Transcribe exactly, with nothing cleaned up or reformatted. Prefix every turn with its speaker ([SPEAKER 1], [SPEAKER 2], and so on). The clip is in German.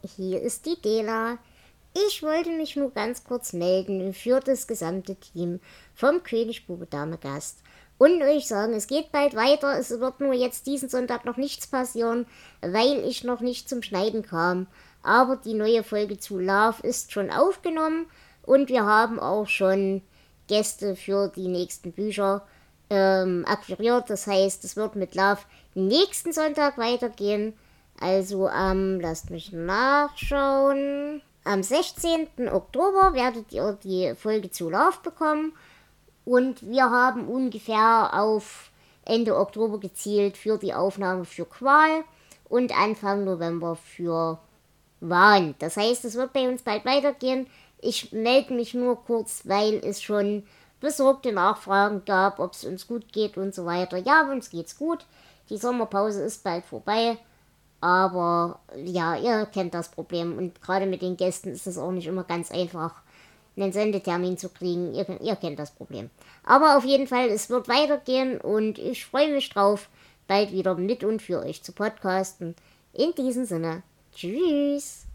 [SPEAKER 1] hier ist die Dela. Ich wollte mich nur ganz kurz melden für das gesamte Team vom König Bube Dame Gast und euch sagen, es geht bald weiter. Es wird nur jetzt diesen Sonntag noch nichts passieren, weil ich noch nicht zum Schneiden kam. Aber die neue Folge zu Love ist schon aufgenommen und wir haben auch schon Gäste für die nächsten Bücher ähm, akquiriert. Das heißt, es wird mit Love nächsten Sonntag weitergehen. Also am, ähm, lasst mich nachschauen, am sechzehnten Oktober werdet ihr die Folge zu Love bekommen. Und wir haben ungefähr auf Ende Oktober gezielt für die Aufnahme für Qual und Anfang November für Wahn. Das heißt, es wird bei uns bald weitergehen. Ich melde mich nur kurz, weil es schon besorgte Nachfragen gab, ob es uns gut geht und so weiter. Ja, uns geht's gut. Die Sommerpause ist bald vorbei. Aber ja, ihr kennt das Problem. Und gerade mit den Gästen ist es auch nicht immer ganz einfach, einen Sendetermin zu kriegen. Ihr, ihr kennt das Problem. Aber auf jeden Fall, es wird weitergehen und ich freue mich drauf, bald wieder mit und für euch zu podcasten. In diesem Sinne, tschüss.